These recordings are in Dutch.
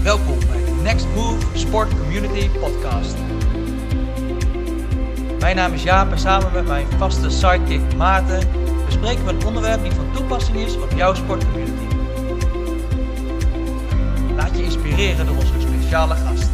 Welkom bij de Next Move Sport Community Podcast. Mijn naam is Jaap en samen met mijn vaste sidekick Maarten bespreken we een onderwerp die van toepassing is op jouw sportcommunity. Laat je inspireren door onze speciale gast.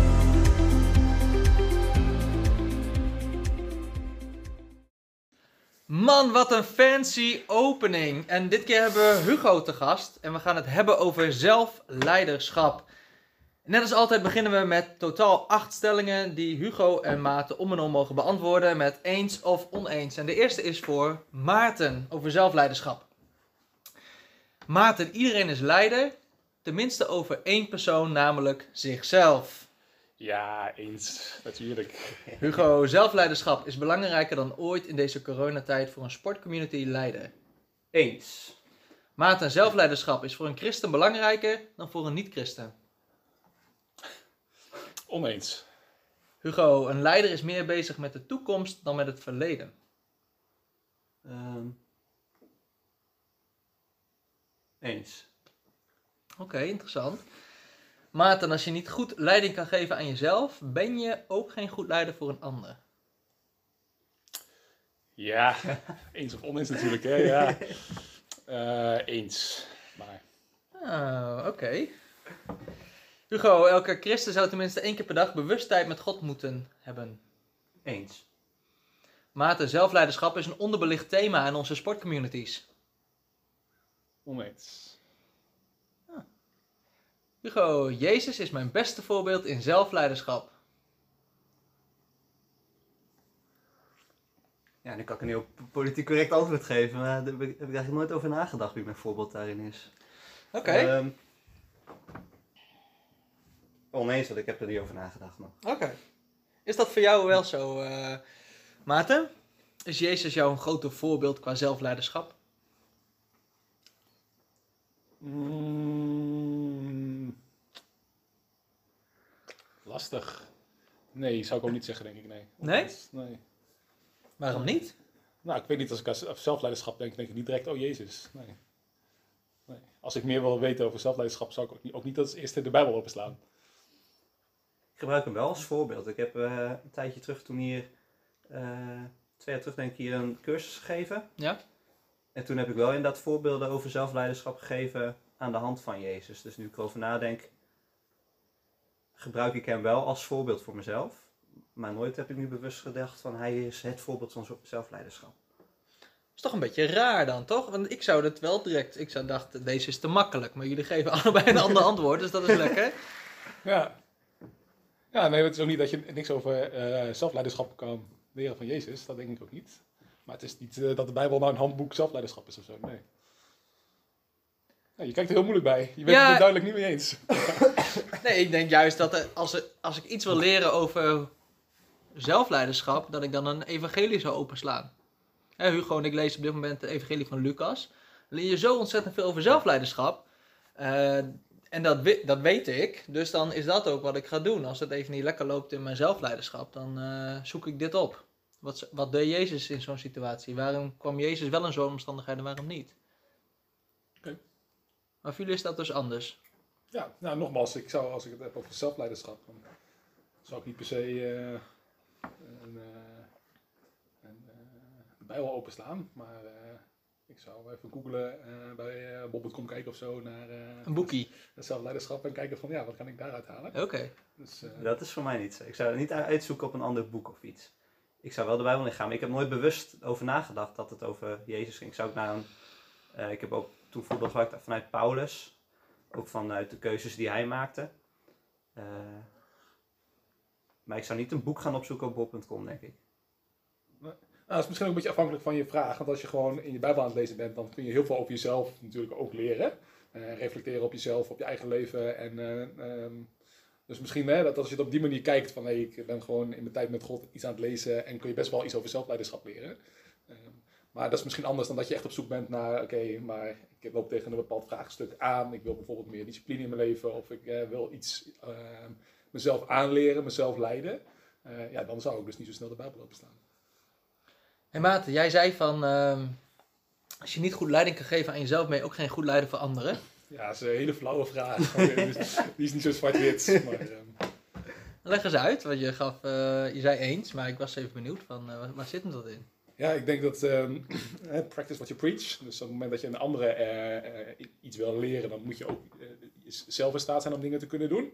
Man, wat een fancy opening. En dit keer hebben we Hugo te gast. En we gaan het hebben over zelfleiderschap. Net als altijd beginnen we met totaal 8 stellingen die Hugo en Maarten om en om mogen beantwoorden met eens of oneens. En de eerste is voor Maarten over zelfleiderschap. Maarten, iedereen is leider. Tenminste over 1 persoon, namelijk zichzelf. Ja, eens, natuurlijk. Hugo, zelfleiderschap is belangrijker dan ooit in deze coronatijd voor een sportcommunity leider. Eens. Maarten, zelfleiderschap is voor een christen belangrijker dan voor een niet-christen. Oneens. Hugo, een leider is meer bezig met de toekomst dan met het verleden. Eens. Oké, interessant. Maarten, als je niet goed leiding kan geven aan jezelf, ben je ook geen goed leider voor een ander. Ja, eens of oneens natuurlijk, hè, ja. Eens, maar... Oké. Hugo, elke christen zou tenminste 1 keer per dag bewust tijd met God moeten hebben. Eens. Maarten, zelfleiderschap is een onderbelicht thema in onze sportcommunities. Oneens. Hugo, Jezus is mijn beste voorbeeld in zelfleiderschap. Ja, nu kan ik een heel politiek correct antwoord geven, maar daar heb ik eigenlijk nooit over nagedacht wie mijn voorbeeld daarin is. Oké. Oneens, want ik heb er niet over nagedacht nog. Oké. Is dat voor jou wel zo, Maarten? Is Jezus jou een groter voorbeeld qua zelfleiderschap? Lastig. Nee, zou ik ook niet zeggen, denk ik, nee. Nee? Oneens, nee. Waarom niet? Nou, ik weet niet, als ik aan zelfleiderschap denk ik niet direct, oh Jezus. Nee. Als ik meer wil weten over zelfleiderschap, zou ik ook niet als eerste de Bijbel openslaan. Ik gebruik hem wel als voorbeeld. Ik heb een tijdje terug, toen hier, 2 jaar terug denk ik, hier een cursus gegeven. Ja? En toen heb ik wel inderdaad voorbeelden over zelfleiderschap gegeven aan de hand van Jezus. Dus nu ik erover nadenk, gebruik ik hem wel als voorbeeld voor mezelf. Maar nooit heb ik nu bewust gedacht van hij is het voorbeeld van zelfleiderschap. Is toch een beetje raar dan, toch? Want ik zou dat wel direct... Ik zou dachten, deze is te makkelijk. Maar jullie geven allebei een ander antwoord, dus dat is lekker. Ja. Ja, nee, het is ook niet dat je niks over zelfleiderschap kan leren van Jezus. Dat denk ik ook niet. Maar het is niet dat de Bijbel nou een handboek zelfleiderschap is of zo, nee. Ja, je kijkt er heel moeilijk bij. Je bent het er duidelijk niet mee eens. Nee, ik denk juist dat als ik iets wil leren over zelfleiderschap, dat ik dan een evangelie zou openslaan. Hugo en ik lezen op dit moment de evangelie van Lucas. Dan leer je zo ontzettend veel over zelfleiderschap. En dat weet ik. Dus dan is dat ook wat ik ga doen. Als het even niet lekker loopt in mijn zelfleiderschap, dan zoek ik dit op. Wat deed Jezus in zo'n situatie? Waarom kwam Jezus wel in zo'n omstandigheden en waarom niet? Oké. Maar voor jullie is dat dus anders. Ja, nou nogmaals, als ik het heb over zelfleiderschap, dan zou ik niet per se de Bijbel openslaan, maar ik zou even googlen bij Bob.com kijken of zo naar Een boekie. zelfleiderschap en kijken van ja, wat kan ik daaruit halen. Oké. Dus, dat is voor mij niet zo. Ik zou het niet uitzoeken op een ander boek of iets. Ik zou wel de Bijbel in gaan, maar ik heb nooit bewust over nagedacht dat het over Jezus ging. Ik zou ook naar ik heb ook toen voorbeeld gebruikt vanuit Paulus, ook vanuit de keuzes die hij maakte. Maar ik zou niet een boek gaan opzoeken op Bob.com, denk ik. Nou, dat is misschien ook een beetje afhankelijk van je vraag. Want als je gewoon in je Bijbel aan het lezen bent, dan kun je heel veel over jezelf natuurlijk ook leren. Reflecteren op jezelf, op je eigen leven. Dus misschien dat als je het op die manier kijkt van ik ben gewoon in mijn tijd met God iets aan het lezen en kun je best wel iets over zelfleiderschap leren. Maar dat is misschien anders dan dat je echt op zoek bent naar maar ik loop tegen een bepaald vraagstuk aan. Ik wil bijvoorbeeld meer discipline in mijn leven of ik wil iets mezelf aanleren, mezelf leiden. Dan zou ik dus niet zo snel de Bijbel openstaan. En Maarten, jij zei van, als je niet goed leiding kan geven aan jezelf, ben je ook geen goed leider voor anderen. Ja, dat is een hele flauwe vraag. Die is niet zo zwart-wit. Maar, Leg eens uit, want je gaf, je zei eens, maar ik was even benieuwd van waar zit hem dat in? ja, ik denk dat practice what you preach. Dus op het moment dat je een andere iets wil leren, dan moet je ook zelf in staat zijn om dingen te kunnen doen.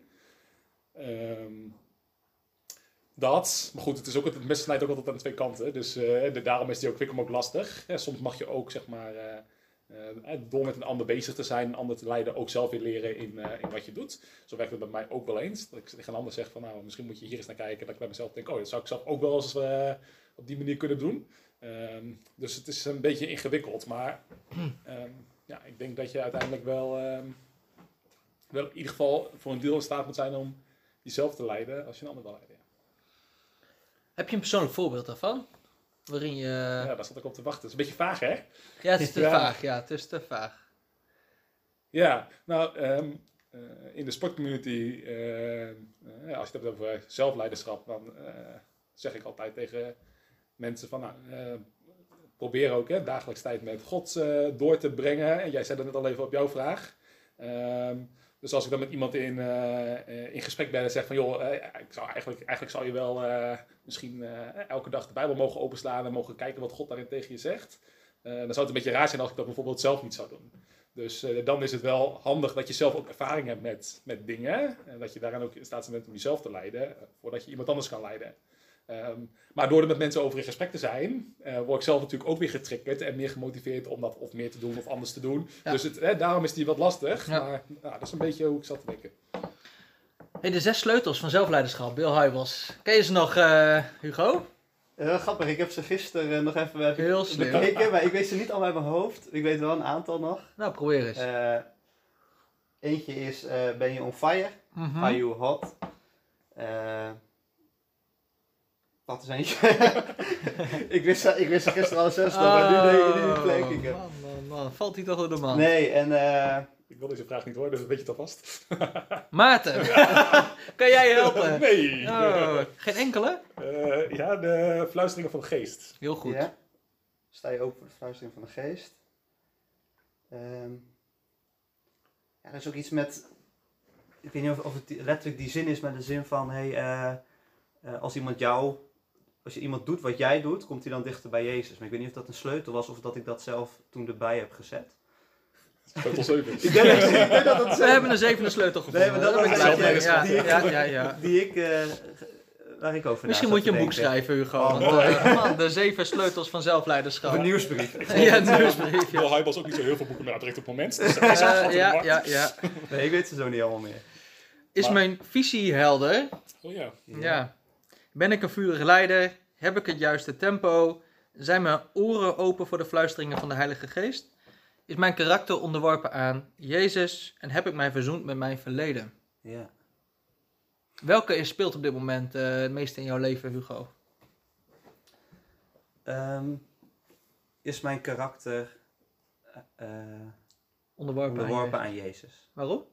Dat, maar goed, het mes snijdt ook altijd aan twee kanten. Dus daarom is die ook Wickham ook lastig. Soms mag je ook, zeg maar, door met een ander bezig te zijn, een ander te leiden, ook zelf weer leren in wat je doet. Zo werkt het bij mij ook wel eens. Dat ik tegen een ander zeg van, nou, misschien moet je hier eens naar kijken. Dat ik bij mezelf denk, oh, dat zou ik zelf ook wel eens op die manier kunnen doen. Dus het is een beetje ingewikkeld. Maar ja, ik denk dat je uiteindelijk wel in ieder geval voor een deel in staat moet zijn om jezelf te leiden als je een ander wil leiden. Ja. Heb je een persoonlijk voorbeeld daarvan? Waarin je... Ja, daar zat ik op te wachten. Het is een beetje vaag, hè? Ja, het is te vaag. Ja, het is te vaag. Ja, nou, in de sportcommunity, als je het hebt over zelfleiderschap, dan zeg ik altijd tegen mensen van, nou, probeer ook dagelijks tijd met God door te brengen. En jij zei dat net al even op jouw vraag. Dus als ik dan met iemand in gesprek ben en zeg van, joh, eigenlijk zou je wel misschien elke dag de Bijbel mogen openslaan en mogen kijken wat God daarin tegen je zegt. Dan zou het een beetje raar zijn als ik dat bijvoorbeeld zelf niet zou doen. Dus dan is het wel handig dat je zelf ook ervaring hebt met dingen. En dat je daarin ook in staat bent om jezelf te leiden, voordat je iemand anders kan leiden. Maar door er met mensen over in gesprek te zijn, word ik zelf natuurlijk ook weer getriggerd en meer gemotiveerd om dat of meer te doen of anders te doen. Ja. Dus daarom is die wat lastig, maar dat is een beetje hoe ik zat te denken. Hey, de 6 sleutels van zelfleiderschap, Bill Hybels. Ken je ze nog, Hugo? Grappig, ik heb ze gisteren nog even Heel slim. bekeken, maar ik weet ze niet al uit mijn hoofd. Ik weet wel een aantal nog. Nou, probeer eens. Eentje is, ben je on fire? Are you hot? Wat is eentje? ik wist ze gisteren al 6, maar nu denk ik. Man. Valt hij toch door de man? Nee, en... Ik wil deze vraag niet horen, dus weet je het alvast. Maarten, kan jij je helpen? Nee. Oh, geen enkele? Ja, de fluisteringen van de geest. Heel goed. Ja. Sta je open voor de fluistering van de geest? Ja, er is ook iets met... Ik weet niet of het letterlijk die zin is, maar de zin van... als je iemand doet wat jij doet, komt hij dan dichter bij Jezus. Maar ik weet niet of dat een sleutel was of dat ik dat zelf toen erbij heb gezet. Sleutel 7. Ik denk dat het We hebben een 7e sleutel gevonden. Nee, maar dat is waar ik over Misschien moet je een boek schrijven, Hugo. Want, de 7 sleutels van zelfleiderschap. Een nieuwsbrief. Ja, een nieuwsbrief. Bill Hybels ook niet zo heel veel boeken meer direct op het moment. Dus ja. Nee, ik weet ze zo niet allemaal meer. Is mijn visie helder? Oh ja. Ja. Ben ik een vurige leider? Heb ik het juiste tempo? Zijn mijn oren open voor de fluisteringen van de Heilige Geest? Is mijn karakter onderworpen aan Jezus? En heb ik mij verzoend met mijn verleden? Ja. Welke speelt op dit moment het meeste in jouw leven, Hugo? Is mijn karakter onderworpen aan Jezus? Waarom?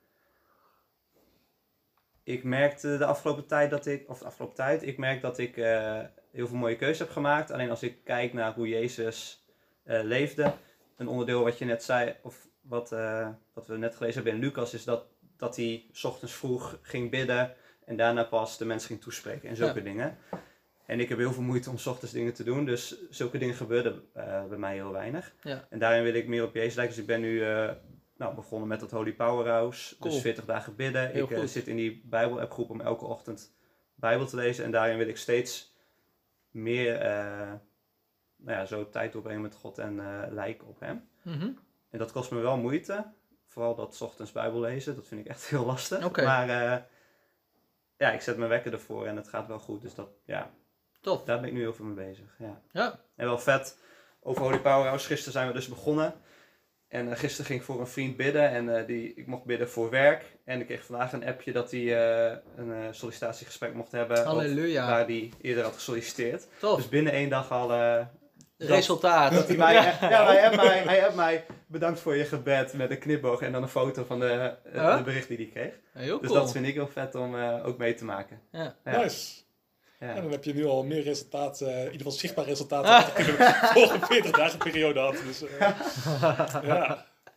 Ik merkte de afgelopen tijd, ik merk dat ik heel veel mooie keuzes heb gemaakt. Alleen als ik kijk naar hoe Jezus leefde, een onderdeel wat je net zei, of wat we net gelezen hebben in Lucas, is dat hij 's ochtends vroeg ging bidden en daarna pas de mensen ging toespreken en zulke dingen. En ik heb heel veel moeite om 's ochtends dingen te doen, dus zulke dingen gebeurden bij mij heel weinig. Ja. En daarin wil ik meer op Jezus lijken, dus ik ben nu begonnen met dat Holy Power House, Cool. dus 40 dagen bidden. Heel Ik zit in die Bijbel-app groep om elke ochtend Bijbel te lezen en daarin wil ik steeds meer zo tijd doorbrengen met God en lijken op hem. Mm-hmm. En dat kost me wel moeite, vooral dat 's ochtends Bijbel lezen, dat vind ik echt heel lastig. Okay. Maar ik zet mijn wekker ervoor en het gaat wel goed, dus Tof. Daar ben ik nu heel veel mee bezig. Ja. En wel vet, over Holy Power House, gisteren zijn we dus begonnen. En gisteren ging ik voor een vriend bidden en ik mocht bidden voor werk. En ik kreeg vandaag een appje dat hij een sollicitatiegesprek mocht hebben. Halleluja. Waar hij eerder had gesolliciteerd. Tof. Dus binnen 1 dag al... Resultaat. Dat hij appt mij bedankt voor je gebed met een knipboog en dan een foto van de bericht die hij kreeg. Heel cool. Dus dat vind ik heel vet om ook mee te maken. Ja. Nice. Ja. En dan heb je nu al meer resultaat, in ieder geval zichtbaar resultaat, dan ik in de vorige 40 dagen periode had. Dus, ja.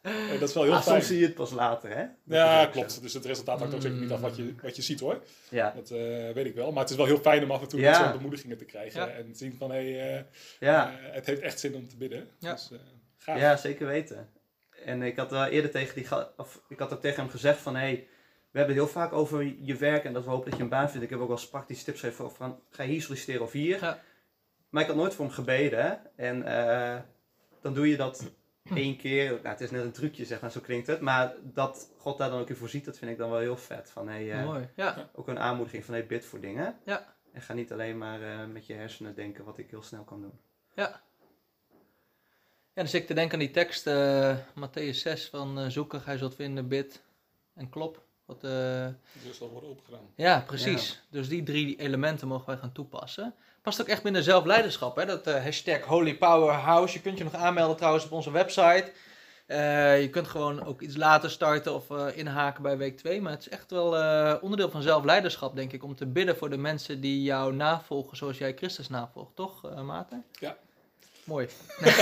Dat is wel heel fijn. Soms zie je het pas later, hè? Ja, klopt. Dus het resultaat hangt ook zeker niet af wat je ziet, hoor. Ja. Dat weet ik wel. Maar het is wel heel fijn om af en toe Ja. zo'n bemoedigingen te krijgen. Ja. En te zien van, het heeft echt zin om te bidden. Ja. Dus gaaf. Ja, zeker weten. En ik had wel eerder ik had ook tegen hem gezegd van, we hebben het heel vaak over je werk en dat we hopen dat je een baan vindt. Ik heb ook wel eens praktische tips gegeven van, ga je hier solliciteren of hier? Ja. Maar ik had nooit voor hem gebeden, hè. En dan doe je dat 1 keer. Nou, het is net een trucje, zeg maar, zo klinkt het. Maar dat God daar dan ook in voorziet, dat vind ik dan wel heel vet. Van, Mooi, ja. ook een aanmoediging van, bid voor dingen. Ja. En ga niet alleen maar met je hersenen denken wat ik heel snel kan doen. Ja. Ja, dan zit ik te denken aan die tekst, Matthäus 6, van zoeken, gij zult vinden, bid en klop. Wat, Dus dat wordt opengedaan. ja, precies. Dus die 3 elementen mogen wij gaan toepassen. Past ook echt binnen zelfleiderschap, hè? Dat hashtag Holy Powerhouse. Je kunt je nog aanmelden trouwens op onze website. Je kunt gewoon ook iets later starten of inhaken bij week 2. Maar het is echt wel onderdeel van zelfleiderschap, denk ik, om te bidden voor de mensen die jou navolgen zoals jij Christus navolgt. Toch, Maarten? Ja. Mooi. Nee.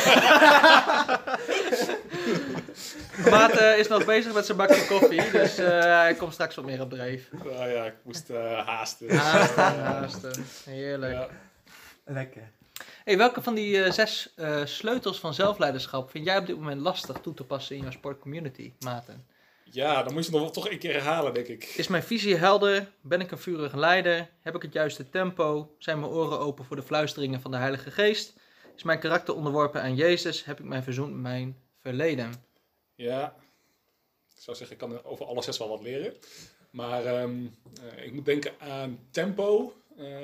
Maarten is nog bezig met zijn bakje koffie, dus hij komt straks wat meer op dreef. Nou ja, ik moest haasten. Haasten. Heerlijk. Ja. Lekker. Hey, welke van die 6 sleutels van zelfleiderschap vind jij op dit moment lastig toe te passen in jouw sportcommunity, Maarten? Ja, dan moet je het nog wel toch 1 keer herhalen, denk ik. Is mijn visie helder? Ben ik een vurige leider? Heb ik het juiste tempo? Zijn mijn oren open voor de fluisteringen van de Heilige Geest? Is mijn karakter onderworpen aan Jezus? Heb ik mij verzoend met mijn verleden? Ja, ik zou zeggen, ik kan over alle 6 wel wat leren. Maar ik moet denken aan tempo.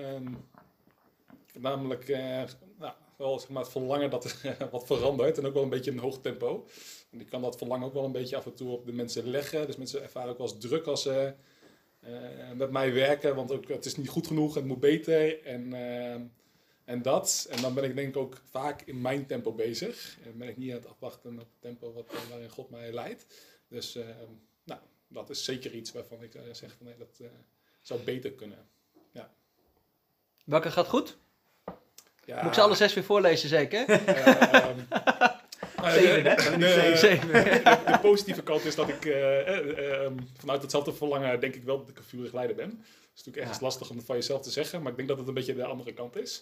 Namelijk wel, zeg maar, het verlangen dat er wat verandert. En ook wel een beetje een hoog tempo. En ik kan dat verlangen ook wel een beetje af en toe op de mensen leggen. Dus mensen ervaren ook wel eens druk als ze met mij werken. Want ook, het is niet goed genoeg, het moet beter. En dat. En dan ben ik denk ik ook vaak in mijn tempo bezig. En ben ik niet aan het afwachten op het tempo waarin God mij leidt. Dus dat is zeker iets waarvan ik zeg van nee, dat zou beter kunnen. Ja. Welke gaat goed? Ja, Moet ik ze alle 6 weer voorlezen, zeker? 7, hè? 7. De positieve kant is dat ik vanuit hetzelfde verlangen denk ik wel dat ik een vurig leider ben. Het is natuurlijk ergens lastig om het van jezelf te zeggen, maar ik denk dat het een beetje de andere kant is.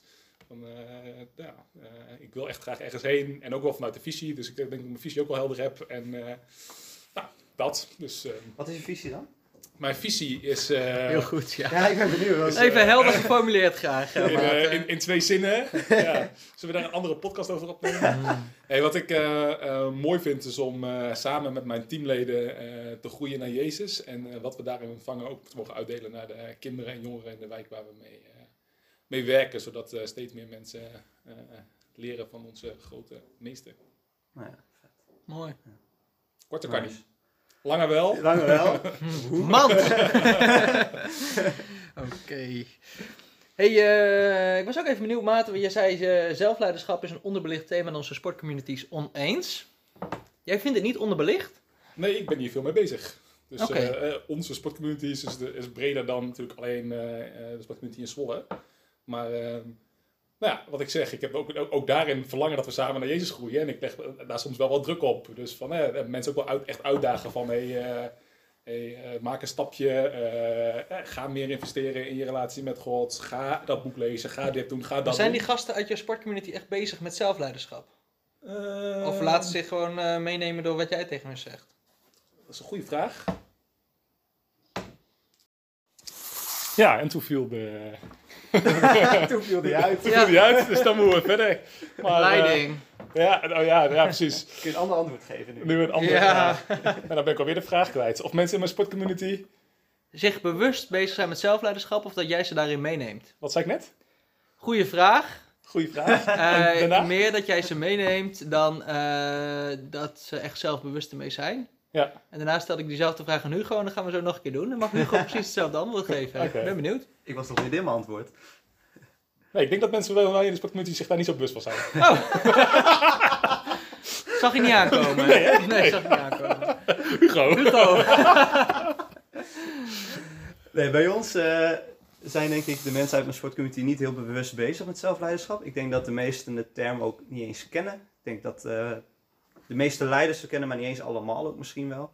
Ik wil echt graag ergens heen en ook wel vanuit de visie. Dus ik denk dat ik mijn visie ook wel helder heb. En dat. Dus, Wat is je visie dan? mijn visie is... Heel goed, ja. Ja, ik ben benieuwd. Even helder geformuleerd graag, Maarten. in 2 zinnen. Ja. Zullen we daar een andere podcast over opnemen? Hey, wat ik mooi vind is om samen met mijn teamleden te groeien naar Jezus. En wat we daarin ontvangen ook te mogen uitdelen naar de kinderen en jongeren in de wijk waar we mee werken. Zodat steeds meer mensen leren van onze grote meester. Nou ja, vet. Mooi. Korter kan Nice. niet. Langer wel. Langer wel. Man! Oké. Hey, ik was ook even benieuwd, Maarten, want je zei zelfleiderschap is een onderbelicht thema in onze sportcommunities oneens. Jij vindt het niet onderbelicht? Nee, ik ben hier veel mee bezig. Dus Oké. onze sportcommunities is breder dan natuurlijk alleen de sportcommunity in Zwolle. Maar wat ik zeg, ik heb ook daarin verlangen dat we samen naar Jezus groeien. En ik leg daar soms wel wat druk op. Dus van mensen ook wel echt uitdagen van maak een stapje. Ga meer investeren in je relatie met God. Ga dat boek lezen. Ga dit doen. Ga dat doen. Zijn die gasten uit je sportcommunity echt bezig met zelfleiderschap? Of laten ze zich gewoon meenemen door wat jij tegen hen zegt? Dat is een goede vraag. Ja, en toen viel de... Toen viel die uit. Toen viel die uit, dus dan moeten we verder. Maar, Leiding. ja, precies. Kun je een ander antwoord geven nu? Nu een andere Ja. vraag. En dan ben ik alweer de vraag kwijt. Of mensen in mijn sportcommunity... Zich bewust bezig zijn met zelfleiderschap of dat jij ze daarin meeneemt? Wat zei ik net? Goeie vraag. Goeie vraag. En daarna? Meer dat jij ze meeneemt dan dat ze echt zelfbewust ermee zijn. Ja. En daarna stelde ik diezelfde vraag aan Hugo en dan gaan we zo nog een keer doen. Dan mag Hugo precies hetzelfde antwoord geven. Oké. Ik ben benieuwd. Ik was nog niet in mijn antwoord. Nee, ik denk dat mensen wel in de sportcommunity zich daar niet zo bewust van zijn. Zag je niet aankomen? Nee, zag je niet aankomen. Hugo. Hugo. Nee, bij ons zijn denk ik de mensen uit mijn sportcommunity niet heel bewust bezig met zelfleiderschap. Ik denk dat de meesten de term ook niet eens kennen. Ik denk dat de meeste leiders te kennen, maar niet eens allemaal ook misschien wel.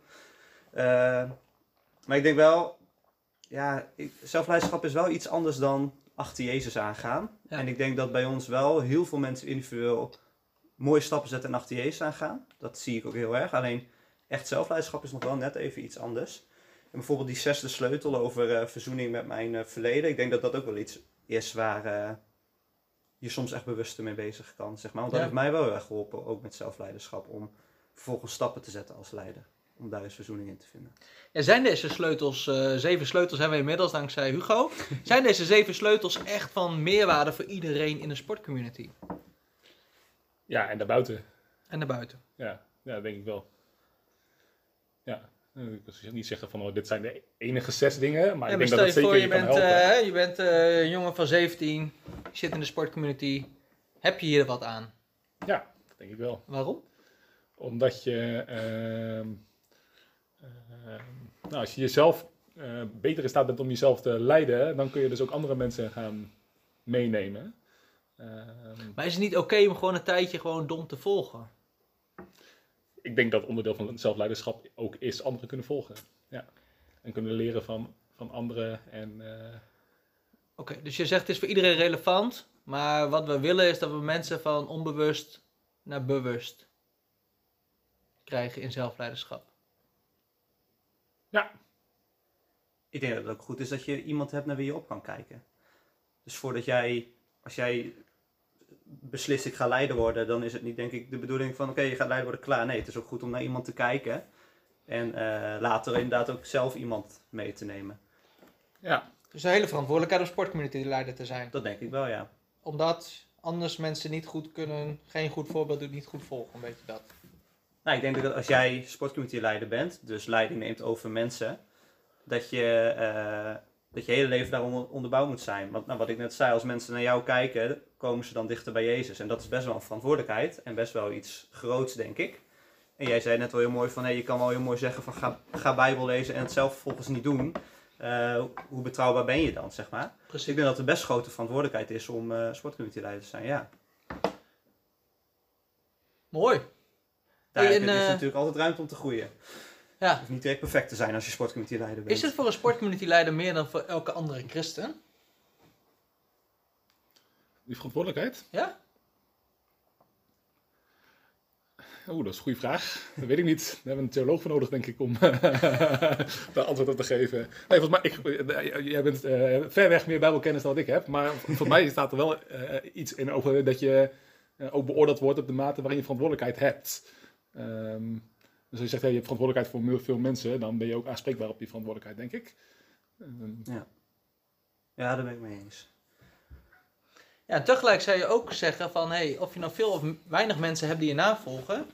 Maar ik denk wel, zelfleiderschap is wel iets anders dan achter Jezus aangaan. Ja. En ik denk dat bij ons wel heel veel mensen individueel mooie stappen zetten en achter Jezus aangaan. Dat zie ik ook heel erg. Alleen echt zelfleiderschap is nog wel net even iets anders. En bijvoorbeeld die 6e sleutel over verzoening met mijn verleden. Ik denk dat dat ook wel iets is waar je soms echt bewuster mee bezig kan, zeg maar. Want dat heeft mij wel heel erg geholpen, ook met zelfleiderschap, om vervolgens stappen te zetten als leider. Om daar eens verzoening in te vinden. Ja, zijn deze sleutels, 7 sleutels hebben we inmiddels dankzij Hugo. Zijn deze 7 sleutels echt van meerwaarde voor iedereen in de sportcommunity? Ja, en daarbuiten. En daarbuiten? Ja, dat denk ik wel. Ja, ik wil niet zeggen van dit zijn de enige 6 dingen, maar ik denk dat het zeker je kan helpen. Je bent een jongen van 17, je zit in de sportcommunity. Heb je hier wat aan? Ja, dat denk ik wel. Waarom? Omdat je, als je jezelf beter in staat bent om jezelf te leiden, dan kun je dus ook andere mensen gaan meenemen. Maar is het niet oké om gewoon een tijdje gewoon dom te volgen? Ik denk dat onderdeel van zelfleiderschap ook is anderen kunnen volgen. Ja. En kunnen leren van anderen. Oké, dus je zegt het is voor iedereen relevant, maar wat we willen is dat we mensen van onbewust naar bewust krijgen in zelfleiderschap. Ja. Ik denk dat het ook goed is dat je iemand hebt naar wie je op kan kijken. Dus als jij beslist ik ga leider worden, dan is het niet denk ik de bedoeling van oké, je gaat leider worden, klaar. Nee, het is ook goed om naar iemand te kijken. En later inderdaad ook zelf iemand mee te nemen. Ja. Dus een hele verantwoordelijkheid om sportcommunity leider te zijn. Dat denk ik wel, ja. Omdat anders mensen niet goed kunnen, geen goed voorbeeld doen, niet goed volgen, weet je dat? Nou, ik denk dat als jij sportcommunity leider bent, dus leiding neemt over mensen, dat je hele leven daarom onderbouwd moet zijn. Want wat ik net zei, als mensen naar jou kijken, komen ze dan dichter bij Jezus. En dat is best wel een verantwoordelijkheid en best wel iets groots, denk ik. En jij zei net wel heel mooi van, je kan wel heel mooi zeggen van ga Bijbel lezen en het zelf volgens niet doen. Hoe betrouwbaar ben je dan, zeg maar? Precies. Ik denk dat het best grote verantwoordelijkheid is om sportcommunity leider te zijn, ja. Mooi. Daar Hey, is natuurlijk altijd ruimte om te groeien. Ja. Het hoeft niet direct perfect te zijn als je sportcommunity leider bent. Is het voor een sportcommunity leider meer dan voor elke andere christen? Die verantwoordelijkheid? Ja? Dat is een goede vraag. Dat weet ik niet. Daar hebben we een theoloog voor nodig, denk ik, om daar antwoord op te geven. Nee, volgens mij, jij bent ver weg meer bijbelkennis dan wat ik heb. Maar volgens mij staat er wel iets in over dat je ook beoordeeld wordt op de mate waarin je verantwoordelijkheid hebt. Dus als je zegt, je hebt verantwoordelijkheid voor veel mensen, dan ben je ook aanspreekbaar op die verantwoordelijkheid, denk ik. Ja, daar ben ik mee eens. Ja, en tegelijk zou je ook zeggen van, of je nou veel of weinig mensen hebt die je navolgen.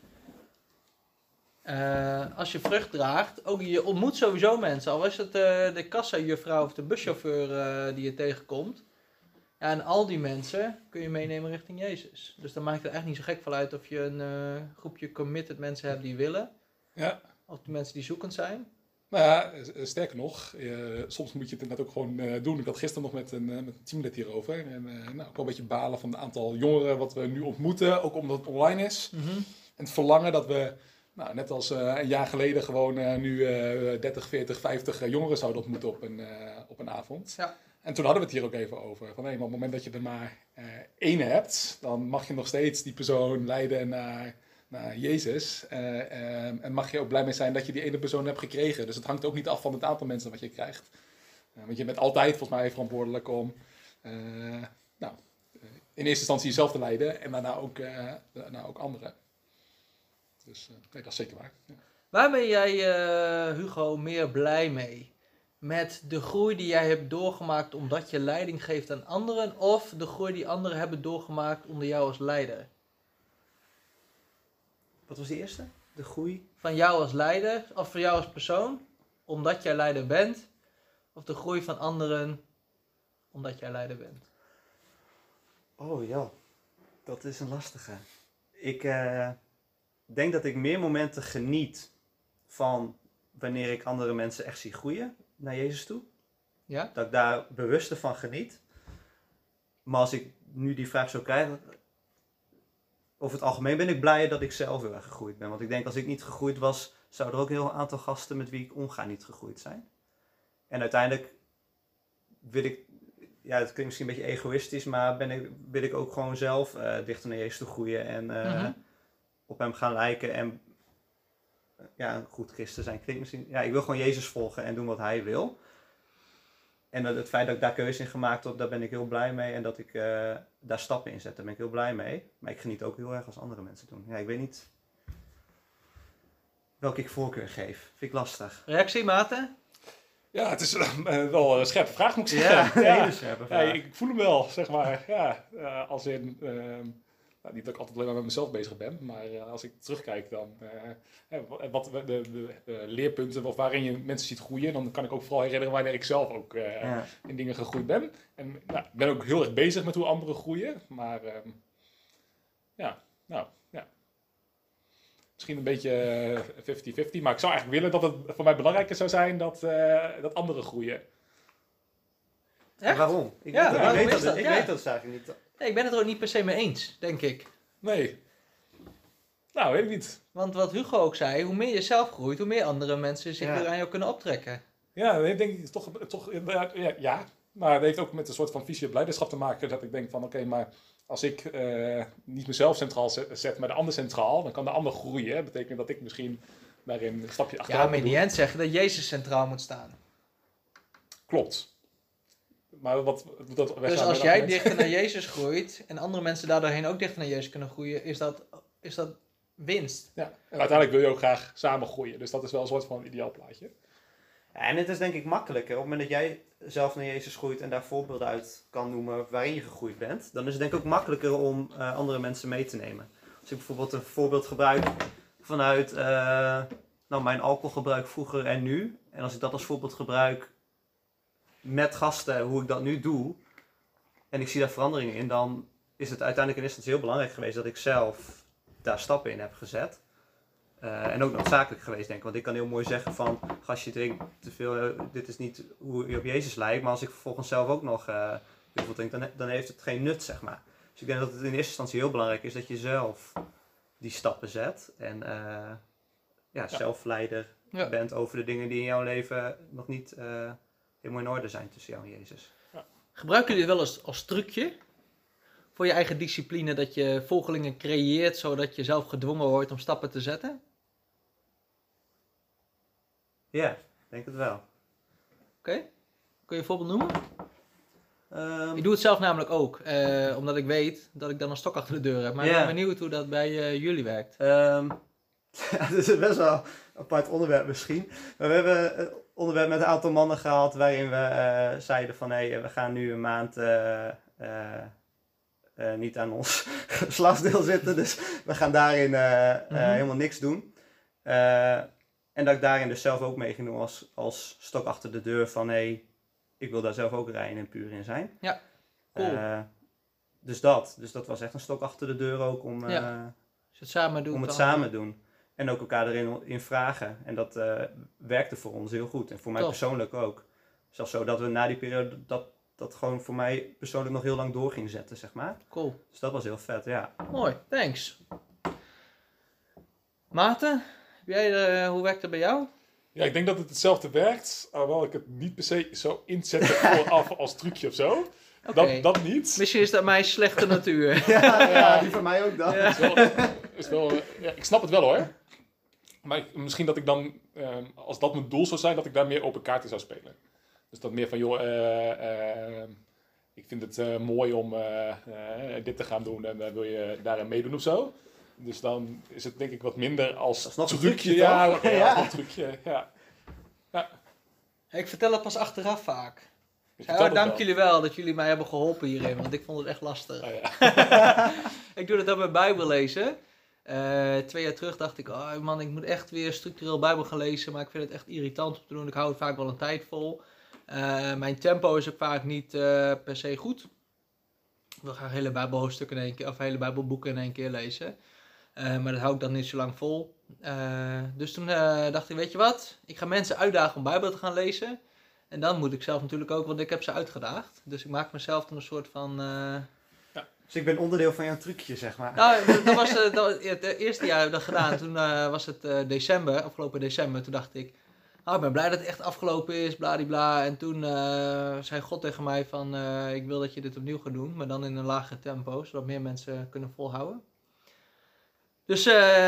Als je vrucht draagt, ook je ontmoet sowieso mensen. Al is het de kassajuffrouw of de buschauffeur die je tegenkomt. Ja, en al die mensen kun je meenemen richting Jezus. Dus dan maakt het echt niet zo gek van uit of je een groepje committed mensen hebt die willen. Ja. Of de mensen die zoekend zijn. Nou ja, sterker nog, soms moet je het inderdaad ook gewoon doen. Ik had gisteren nog met een teamlid hierover. En ook wel een beetje balen van het aantal jongeren wat we nu ontmoeten. Ook omdat het online is. Mm-hmm. En het verlangen dat we, net als een jaar geleden, gewoon nu 30, 40, 50 jongeren zouden ontmoeten op een avond. Ja. En toen hadden we het hier ook even over. Van, maar op het moment dat je er maar één hebt, dan mag je nog steeds die persoon leiden naar Jezus. En mag je ook blij mee zijn dat je die ene persoon hebt gekregen. Dus het hangt ook niet af van het aantal mensen wat je krijgt. Want je bent altijd volgens mij verantwoordelijk om in eerste instantie jezelf te leiden en daarna ook anderen. Dus nee, dat is zeker waar. Ja. Waar ben jij, Hugo, meer blij mee? Met de groei die jij hebt doorgemaakt omdat je leiding geeft aan anderen, of de groei die anderen hebben doorgemaakt onder jou als leider? Wat was die eerste? De groei? Van jou als leider, of van jou als persoon, omdat jij leider bent, of de groei van anderen, omdat jij leider bent? Oh ja, dat is een lastige. Ik denk dat ik meer momenten geniet van wanneer ik andere mensen echt zie groeien naar Jezus toe. Ja? Dat ik daar bewuster van geniet. Maar als ik nu die vraag zou krijgen, over het algemeen ben ik blij dat ik zelf heel erg gegroeid ben. Want ik denk als ik niet gegroeid was, zouden er ook een heel aantal gasten met wie ik omga niet gegroeid zijn. En uiteindelijk wil ik, ja het klinkt misschien een beetje egoïstisch, maar wil ik ook gewoon zelf dichter naar Jezus toe groeien en op hem gaan lijken en een goed christen zijn. Klinkt misschien, ik wil gewoon Jezus volgen en doen wat hij wil. En het feit dat ik daar keuze in gemaakt heb, daar ben ik heel blij mee. En dat ik daar stappen in zet, daar ben ik heel blij mee. Maar ik geniet ook heel erg als andere mensen doen. Ja, ik weet niet welke ik voorkeur geef. Vind ik lastig. Reactie, Maarten? Ja, het is wel een scherpe vraag, moet ik zeggen. Ja, een hele scherpe vraag. Ik voel hem wel, zeg maar. Ja, als in... niet dat ik altijd alleen maar met mezelf bezig ben, maar als ik terugkijk dan... wat de leerpunten of waarin je mensen ziet groeien, dan kan ik ook vooral herinneren wanneer ik zelf ook in dingen gegroeid ben. En ik ben ook heel erg bezig met hoe anderen groeien, maar misschien een beetje 50-50, maar ik zou eigenlijk willen dat het voor mij belangrijker zou zijn dat anderen groeien. Echt? Waarom? Ik weet dat eigenlijk niet. Nee, ik ben het er ook niet per se mee eens, denk ik. Nee. Nou, weet ik niet. Want wat Hugo ook zei, hoe meer je zelf groeit, hoe meer andere mensen zich weer aan jou kunnen optrekken. Ja, dat heeft denk ik toch ja. Maar het heeft ook met een soort van visie op leiderschap te maken. Dat ik denk van, oké, maar als ik niet mezelf centraal zet, maar de ander centraal, dan kan de ander groeien. Dat betekent dat ik misschien daarin een stapje achteruit Ja, maar in die end zeggen dat Jezus centraal moet staan. Klopt. Maar wat moet dat Dus als jij dichter naar Jezus groeit en andere mensen daardoorheen ook dichter naar Jezus kunnen groeien, is dat winst. Ja, en uiteindelijk wil je ook graag samen groeien. Dus dat is wel een soort van ideaal plaatje. Ja, en het is denk ik makkelijker. Op het moment dat jij zelf naar Jezus groeit en daar voorbeelden uit kan noemen waarin je gegroeid bent, dan is het denk ik ook makkelijker om andere mensen mee te nemen. Als ik bijvoorbeeld een voorbeeld gebruik vanuit mijn alcoholgebruik vroeger en nu, en als ik dat als voorbeeld gebruik met gasten, hoe ik dat nu doe, en ik zie daar veranderingen in, dan is het uiteindelijk in instantie heel belangrijk geweest dat ik zelf daar stappen in heb gezet. En ook noodzakelijk geweest, denk ik. Want ik kan heel mooi zeggen van, gastje drinkt te veel, dit is niet hoe je op Jezus lijkt. Maar als ik vervolgens zelf ook nog heel veel drink, dan heeft het geen nut, zeg maar. Dus ik denk dat het in eerste instantie heel belangrijk is dat je zelf die stappen zet. En zelf leider bent over de dingen die in jouw leven nog niet helemaal in orde zijn tussen jou en Jezus. Ja. Gebruiken jullie wel als trucje voor je eigen discipline dat je volgelingen creëert zodat je zelf gedwongen wordt om stappen te zetten? Ja, ik denk het wel. Oké. Kun je een voorbeeld noemen? Ik doe het zelf namelijk ook, omdat ik weet dat ik dan een stok achter de deur heb. Maar ik ben benieuwd hoe dat bij jullie werkt. Het is best wel een apart onderwerp misschien. Maar we hebben een onderwerp met een aantal mannen gehad waarin we zeiden van we gaan nu een maand niet aan ons geslachtsdeel zitten. Dus we gaan daarin helemaal niks doen. En dat ik daarin dus zelf ook meegenomen als stok achter de deur van ik wil daar zelf ook rein en puur in zijn. Ja, cool. Dus dat was echt een stok achter de deur ook om het samen doen. Om het samen doen. En ook elkaar erin in vragen. En dat werkte voor ons heel goed. En voor mij persoonlijk ook. Zelfs zo dat we na die periode dat gewoon voor mij persoonlijk nog heel lang door ging zetten, zeg maar. Cool. Dus dat was heel vet, ja. Mooi, thanks. Maarten, hoe werkt het bij jou? Ja, ik denk dat het hetzelfde werkt, alhoewel ik het niet per se zo inzet vooraf als trucje of zo. Okay. Dat niet. Misschien is dat mijn slechte natuur. ja, die van mij ook dan. Ja. Ik snap het wel hoor. Maar misschien dat ik dan, als dat mijn doel zou zijn, dat ik daar meer open kaarten zou spelen. Dus dat meer van, ik vind het mooi om dit te gaan doen en wil je daarin meedoen of zo. Dus dan is het denk ik wat minder als trucje. Ja, een trucje. Ja. Ik vertel het pas achteraf vaak. Dank jullie wel dat jullie mij hebben geholpen hierin, want ik vond het echt lastig. Oh, ja. Ik doe dat ook bij Bijbel lezen. 2 jaar terug dacht ik, oh man, ik moet echt weer structureel Bijbel gaan lezen, maar ik vind het echt irritant om te doen. Ik hou het vaak wel een tijd vol. Mijn tempo is ook vaak niet per se goed. Ik wil graag hele Bijbelhoofdstukken in één keer, of hele Bijbelboeken in één keer lezen. Maar dat hou ik dan niet zo lang vol. Dus toen dacht ik, weet je wat? Ik ga mensen uitdagen om Bijbel te gaan lezen. En dan moet ik zelf natuurlijk ook, want ik heb ze uitgedaagd. Dus ik maak mezelf dan een soort van Dus ik ben onderdeel van jouw trucje, zeg maar. Nou, het eerste jaar heb ik dat gedaan. Toen was het afgelopen december. Toen dacht ik, ik ben blij dat het echt afgelopen is, bladibla. En toen zei God tegen mij van, ik wil dat je dit opnieuw gaat doen. Maar dan in een lager tempo, zodat meer mensen kunnen volhouden. Dus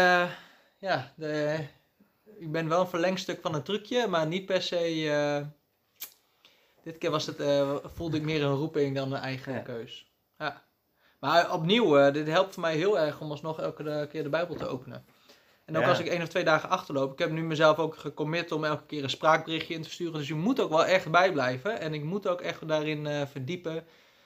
ik ben wel een verlengstuk van een trucje, maar niet per se... dit keer voelde ik meer een roeping dan een eigen keus. Ja. Maar opnieuw, dit helpt voor mij heel erg om alsnog elke keer de Bijbel te openen. En ook als ik 1 of 2 dagen achterloop. Ik heb nu mezelf ook gecommit om elke keer een spraakberichtje in te sturen. Dus je moet ook wel echt bijblijven. En ik moet ook echt daarin verdiepen.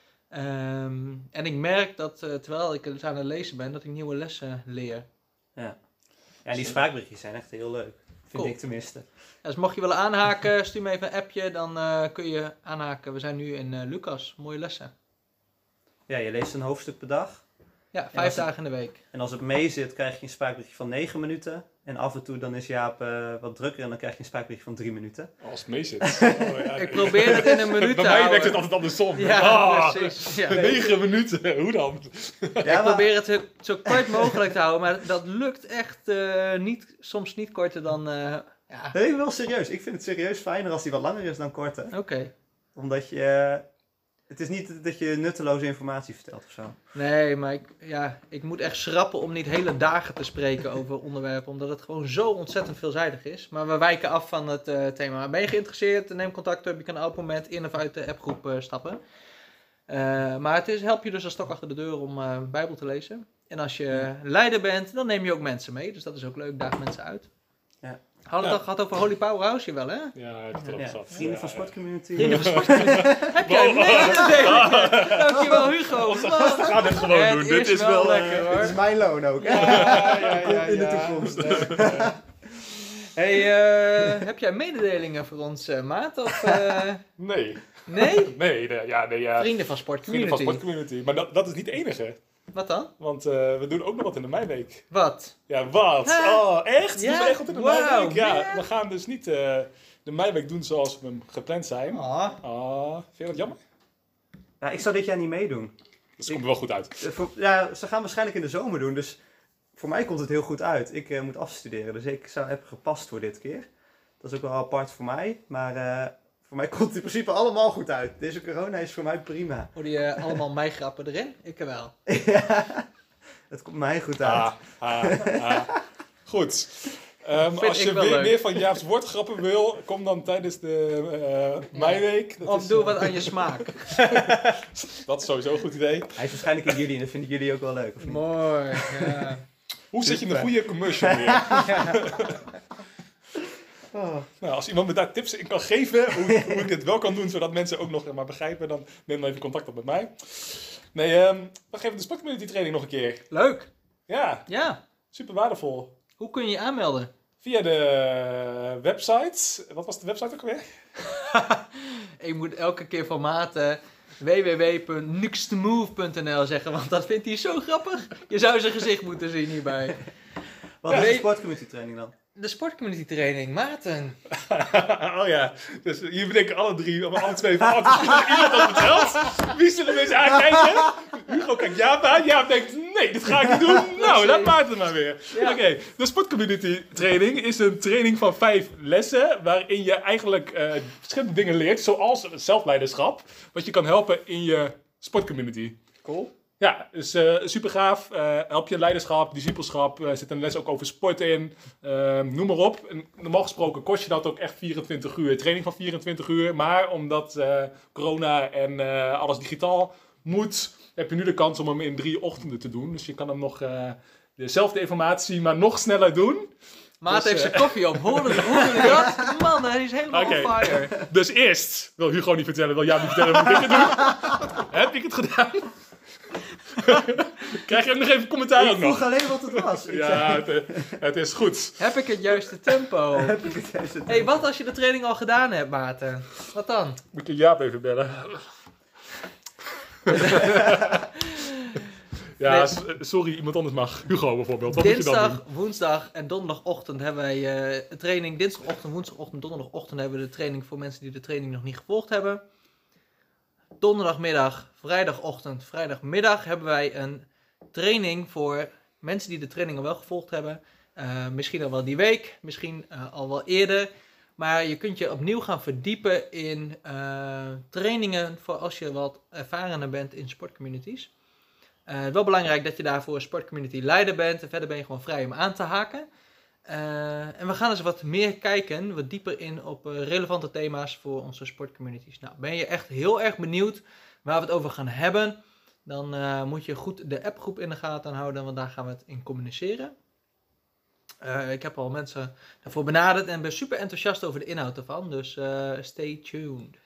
En ik merk dat terwijl ik het aan het lezen ben, dat ik nieuwe lessen leer. Ja, die spraakberichtjes zijn echt heel leuk. Vind ik tenminste. Dus mocht je willen aanhaken, stuur me even een appje. Dan kun je aanhaken. We zijn nu in Lucas. Mooie lessen. Ja, je leest een hoofdstuk per dag. Ja, 5 dagen in de week. En als het mee zit, krijg je een spraakberichtje van 9 minuten. En af en toe dan is Jaap wat drukker en dan krijg je een spraakberichtje van 3 minuten. Als het mee zit. Ik probeer het in een minuut te Bij mij houden. werkt het altijd andersom. Ja, precies. Ja. 9 minuten, hoe dan? Ik probeer het zo kort mogelijk te houden, maar dat lukt echt soms niet korter dan... Nee, wel serieus. Ik vind het serieus fijner als die wat langer is dan korter. Oké. Omdat je... Het is niet dat je nutteloze informatie vertelt of zo. Nee, maar ik moet echt schrappen om niet hele dagen te spreken over onderwerpen, omdat het gewoon zo ontzettend veelzijdig is. Maar we wijken af van het thema. Ben je geïnteresseerd? Neem contact op. Je kan elk moment in of uit de appgroep stappen. Maar helpt je dus als stok achter de deur om Bijbel te lezen. En als je leider bent, dan neem je ook mensen mee. Dus dat is ook leuk. Daag mensen uit. Ja. Hadden we het al gehad over Holy Powerhouse, wel hè? Ja, heb je het ook gehad. Vrienden van Sportcommunity. Vrienden van Sportcommunity. Heb jij meegedeeld? Dankjewel Hugo. We gaan het gewoon doen. Dit is wel lekker hoor. Dit is mijn loon ook. Ja. In de toekomst. Hey, heb jij mededelingen voor ons, Maat? Of, Nee. Nee? Nee. Vrienden van Sportcommunity. Vrienden van Sportcommunity. Maar dat is niet het enige. Wat dan? Want we doen ook nog wat in de Meiweek. Wat? Ja, wat? Oh, echt? Ja? Doen we echt wat in de Wauw, Meiweek? Ja, ja. we gaan dus niet de Meiweek doen zoals we hem gepland zijn. Vind je dat jammer? Ja, ik zou dit jaar niet meedoen. Dat komt er wel goed uit. Ja, ze gaan waarschijnlijk in de zomer doen, dus voor mij komt het heel goed uit. Ik moet afstuderen, dus ik heb gepast voor dit keer. Dat is ook wel apart voor mij, maar voor mij komt het in principe allemaal goed uit. Deze corona is voor mij prima. Hoorde je allemaal mij grappen erin? Ik wel. Ja, het komt mij goed uit. Goed. Als je meer van Jaap's woordgrappen wil, kom dan tijdens de Meiweek. Of doe wat aan je smaak. Dat is sowieso een goed idee. Hij is waarschijnlijk in jullie en dat vinden jullie ook wel leuk, of niet? Mooi, ja. Hoe zet je een goede commercial neer? Nou, als iemand me daar tips in kan geven, hoe ik dit wel kan doen, zodat mensen ook nog maar begrijpen, dan neem dan even contact op met mij. Nee, we geven de Sportcommunity training nog een keer. Leuk. Ja, super waardevol. Hoe kun je je aanmelden? Via de website. Wat was de website ook alweer? Ik moet elke keer van Maarten www.nextmove.nl zeggen, want dat vindt hij zo grappig. Je zou zijn gezicht moeten zien hierbij. Wat is de Sportcommunity training dan? De Sportcommunity training, Maarten. Oh ja, dus hier bedenken alle twee van, iemand dat vertelt. Wie zullen we eens aankijken? Hugo kijkt Jaap aan. Jaap denkt, nee, dit ga ik niet doen. Nou, laat Maarten maar weer. Ja. Oké, de Sportcommunity training is een training van 5 lessen, waarin je eigenlijk verschillende dingen leert, zoals zelfleiderschap, wat je kan helpen in je sportcommunity. Cool. Ja, dus super gaaf. Help je leiderschap, discipelschap. Er zit een les ook over sport in. Noem maar op. En normaal gesproken kost je dat ook echt 24 uur. Training van 24 uur. Maar omdat corona en alles digitaal moet, heb je nu de kans om hem in 3 ochtenden te doen. Dus je kan hem nog dezelfde informatie, maar nog sneller doen. Maarten heeft zijn koffie op. Hoorde je dat? Man, hij is helemaal on fire. Dus eerst wil Hugo niet vertellen, wil jij niet vertellen hoe ik het doe. Heb ik het gedaan? Krijg je ook nog even commentaar ook nog? Ik vroeg alleen wat het was. Ja, het is goed. Heb ik het juiste tempo? Heb ik het juiste tempo? Hey, wat als je de training al gedaan hebt, Maarten? Wat dan? Moet je Jaap even bellen? Ja, Nee. sorry, iemand anders mag. Hugo bijvoorbeeld. Wat moet je dan Dinsdag, doen? woensdag en donderdagochtend hebben wij een training. Dinsdagochtend, woensdagochtend, donderdagochtend hebben we de training voor mensen die de training nog niet gevolgd hebben. donderdagmiddag, vrijdagochtend, vrijdagmiddag hebben wij een training voor mensen die de training al wel gevolgd hebben. Misschien al wel die week, misschien al wel eerder. Maar je kunt je opnieuw gaan verdiepen in trainingen voor als je wat ervarener bent in sportcommunities. Wel belangrijk dat je daarvoor een sportcommunity leider bent. En verder ben je gewoon vrij om aan te haken. En we gaan eens wat meer kijken, wat dieper in op relevante thema's voor onze sportcommunities. Nou, ben je echt heel erg benieuwd waar we het over gaan hebben, dan moet je goed de appgroep in de gaten houden, want daar gaan we het in communiceren. Ik heb al mensen daarvoor benaderd en ben super enthousiast over de inhoud ervan, dus stay tuned.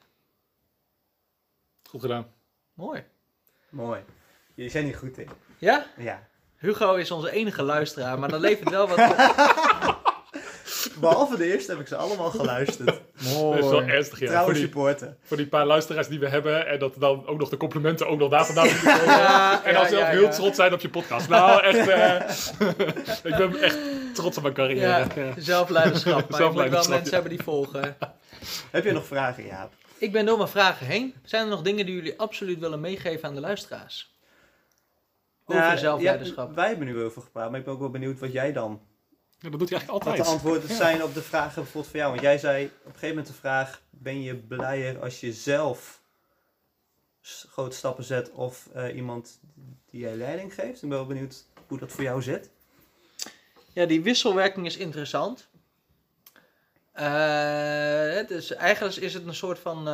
Goed gedaan. Mooi. Mooi. Jullie zijn hier goed in. Ja? Ja. Hugo is onze enige luisteraar, maar dat levert wel wat op. Behalve de eerste heb ik ze allemaal geluisterd. Dat is wel ernstig, ja. Trouwe supporter. Voor die paar luisteraars die we hebben. En dat dan ook nog de complimenten ook nog daar vandaan moeten komen. Ja, en dan ja, zelf ja, heel ja. trots zijn op je podcast. Nou, echt. Ik ben echt trots op mijn carrière. Ja, zelfleiderschap. Maar je moet wel Zelfleiderschap, mensen ja. hebben die volgen. Heb je nog vragen, Jaap? Ik ben door mijn vragen heen. Zijn er nog dingen die jullie absoluut willen meegeven aan de luisteraars? Over Nou, zelfleiderschap. Wij hebben nu heel veel gepraat, maar ik ben ook wel benieuwd wat jij dan... Ja, dat doet hij eigenlijk Wat de altijd. antwoorden zijn op de vragen bijvoorbeeld voor jou. Want jij zei op een gegeven moment de vraag... Ben je blijer als je zelf grote stappen zet of iemand die jij leiding geeft? Ik ben wel benieuwd hoe dat voor jou zit. Ja, die wisselwerking is interessant. Dus eigenlijk is het een soort van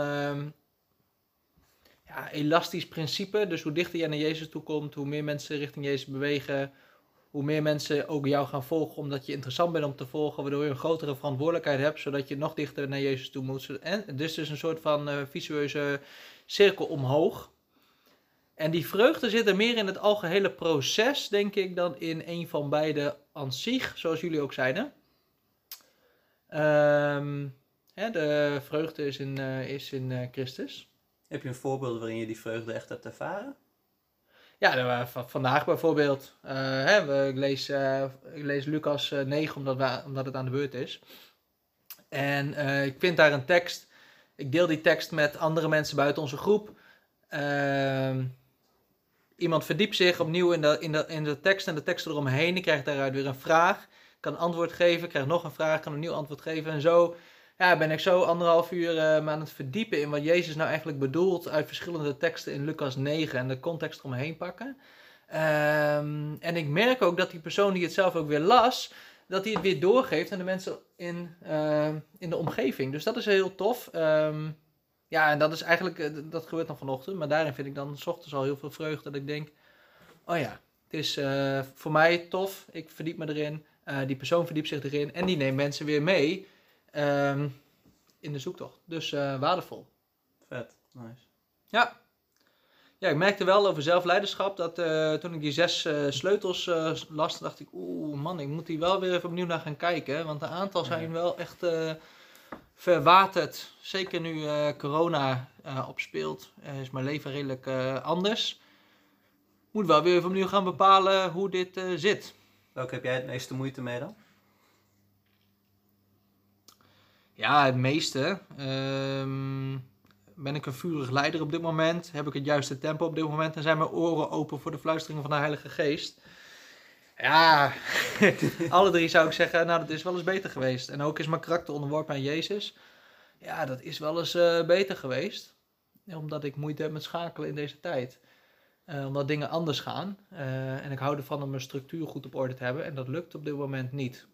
elastisch principe. Dus hoe dichter je naar Jezus toe komt, hoe meer mensen richting Jezus bewegen, hoe meer mensen ook jou gaan volgen omdat je interessant bent om te volgen, waardoor je een grotere verantwoordelijkheid hebt, zodat je nog dichter naar Jezus toe moet. En dus een soort van visueuze cirkel omhoog. En die vreugde zit er meer in het algehele proces, denk ik, dan in een van beide aan zich, zoals jullie ook zeiden. De vreugde is in Christus. Heb je een voorbeeld waarin je die vreugde echt hebt ervaren? Ja, vandaag bijvoorbeeld. Ik lees Lucas 9 omdat het aan de beurt is. En ik vind daar een tekst. Ik deel die tekst met andere mensen buiten onze groep. Iemand verdiept zich opnieuw in de tekst en de teksten eromheen. Ik krijg daaruit weer een vraag. Kan antwoord geven, krijg nog een vraag, kan een nieuw antwoord geven. En zo ben ik zo 1,5 uur aan het verdiepen in wat Jezus nou eigenlijk bedoelt uit verschillende teksten in Lucas 9 en de context eromheen pakken. En ik merk ook dat die persoon die het zelf ook weer las, dat hij het weer doorgeeft aan de mensen in de omgeving. Dus dat is heel tof. En dat is eigenlijk, dat gebeurt dan vanochtend, maar daarin vind ik dan 's ochtends al heel veel vreugde dat ik denk, oh ja, het is voor mij tof, ik verdiep me erin, die persoon verdiept zich erin en die neemt mensen weer mee in de zoektocht. Dus waardevol. Vet, nice. Ja, ik merkte wel over zelfleiderschap dat toen ik die 6 sleutels las, dacht ik, man, ik moet die wel weer even opnieuw naar gaan kijken, want een aantal zijn wel echt verwaterd. Zeker nu corona opspeelt, is mijn leven redelijk anders. Moet wel weer even opnieuw gaan bepalen hoe dit zit. Welke heb jij het meeste moeite mee dan? Ja, het meeste. Ben ik een vurig leider op dit moment? Heb ik het juiste tempo op dit moment? En zijn mijn oren open voor de fluisteringen van de Heilige Geest? Ja, alle 3 zou ik zeggen, nou dat is wel eens beter geweest. En ook is mijn karakter onderworpen aan Jezus. Ja, dat is wel eens beter geweest. Omdat ik moeite heb met schakelen in deze tijd. Omdat dingen anders gaan. En ik hou ervan om mijn structuur goed op orde te hebben. En dat lukt op dit moment niet.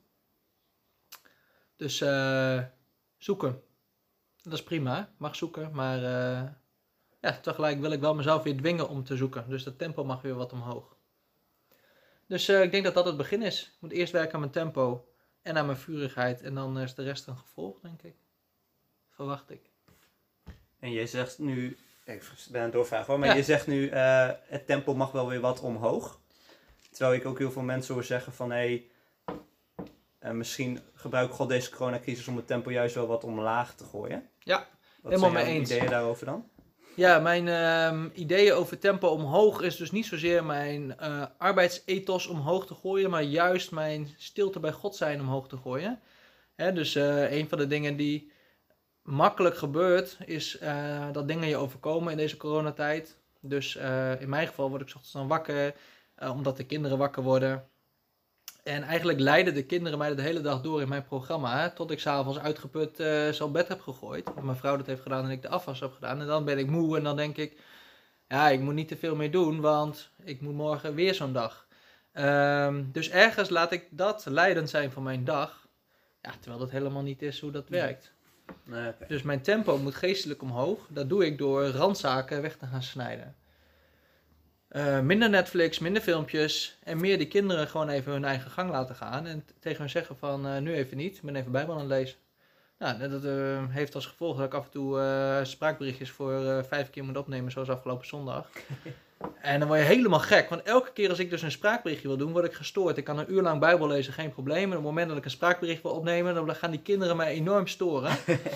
Dus zoeken. Dat is prima. Mag zoeken. Maar tegelijk wil ik wel mezelf weer dwingen om te zoeken. Dus dat tempo mag weer wat omhoog. Dus ik denk dat dat het begin is. Ik moet eerst werken aan mijn tempo. En aan mijn vurigheid. En dan is de rest een gevolg, denk ik. Verwacht ik. En je zegt nu, ik ben aan het doorvragen hoor, maar Ja. je zegt nu het tempo mag wel weer wat omhoog. Terwijl ik ook heel veel mensen hoor zeggen van misschien gebruikt God deze coronacrisis om het tempo juist wel wat omlaag te gooien. Ja, Wat helemaal zijn mee jouw eens. ideeën daarover dan? Ja, mijn ideeën over tempo omhoog is dus niet zozeer mijn arbeidsethos omhoog te gooien, maar juist mijn stilte bij God zijn omhoog te gooien. Dus een van de dingen die makkelijk gebeurt, is dat dingen je overkomen in deze coronatijd. Dus in mijn geval word ik 's ochtends dan wakker, omdat de kinderen wakker worden. En eigenlijk leiden de kinderen mij de hele dag door in mijn programma, hè, tot ik 's avonds uitgeput zo bed heb gegooid. Want mijn vrouw dat heeft gedaan en ik de afwas heb gedaan. En dan ben ik moe en dan denk ik, ja, ik moet niet te veel meer doen, want ik moet morgen weer zo'n dag. Dus ergens laat ik dat leidend zijn van mijn dag, ja, terwijl dat helemaal niet is hoe dat werkt. Nee, oké. Dus mijn tempo moet geestelijk omhoog. Dat doe ik door randzaken weg te gaan snijden. Minder Netflix, minder filmpjes en meer die kinderen gewoon even hun eigen gang laten gaan. En tegen hen zeggen van nu even niet, ik ben even Bijbel aan het lezen. Nou, dat heeft als gevolg dat ik af en toe spraakberichtjes voor 5 keer moet opnemen, zoals afgelopen zondag. En dan word je helemaal gek, want elke keer als ik dus een spraakberichtje wil doen, word ik gestoord. Ik kan een uur lang Bijbel lezen, geen probleem. En op het moment dat ik een spraakbericht wil opnemen, dan gaan die kinderen mij enorm storen.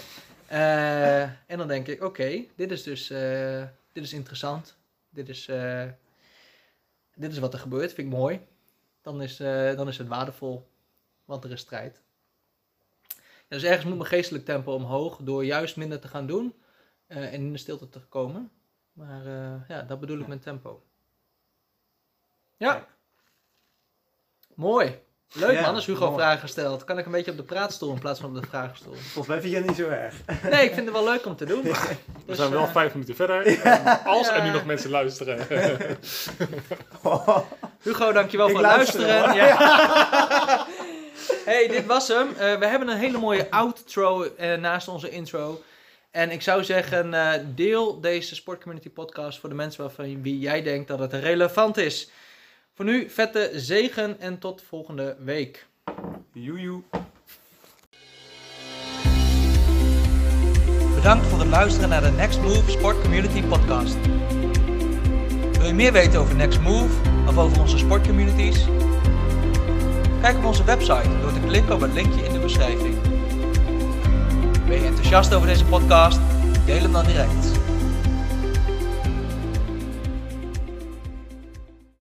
En dan denk ik, oké, dit is interessant. Dit is wat er gebeurt, vind ik mooi. Dan is het waardevol, want er is strijd. Ja, dus ergens moet mijn geestelijk tempo omhoog door juist minder te gaan doen en in de stilte te komen. Maar ja, dat bedoel ik met tempo. Ja. Kijk. Mooi. Leuk Ja, man, als Hugo mooi. vragen stelt. Kan ik een beetje op de praatstoel in plaats van op de vraagstoel. Volgens mij vind je het niet zo erg. Nee, ik vind het wel leuk om te doen. We Dus, zijn wel 5 minuten verder. Als er nu nog mensen luisteren. Hugo, dankjewel Ik voor het luister, luisteren. Ja. Hey, dit was hem. We hebben een hele mooie outro naast onze intro. En ik zou zeggen, deel deze Sportcommunity podcast voor de mensen waarvan wie jij denkt dat het relevant is. Voor nu, vette zegen en tot volgende week. Joejoe. Bedankt voor het luisteren naar de Next Move Sport Community podcast. Wil je meer weten over Next Move of over onze sportcommunities? Kijk op onze website door te klikken op het linkje in de beschrijving. Ben je enthousiast over deze podcast? Deel hem dan direct.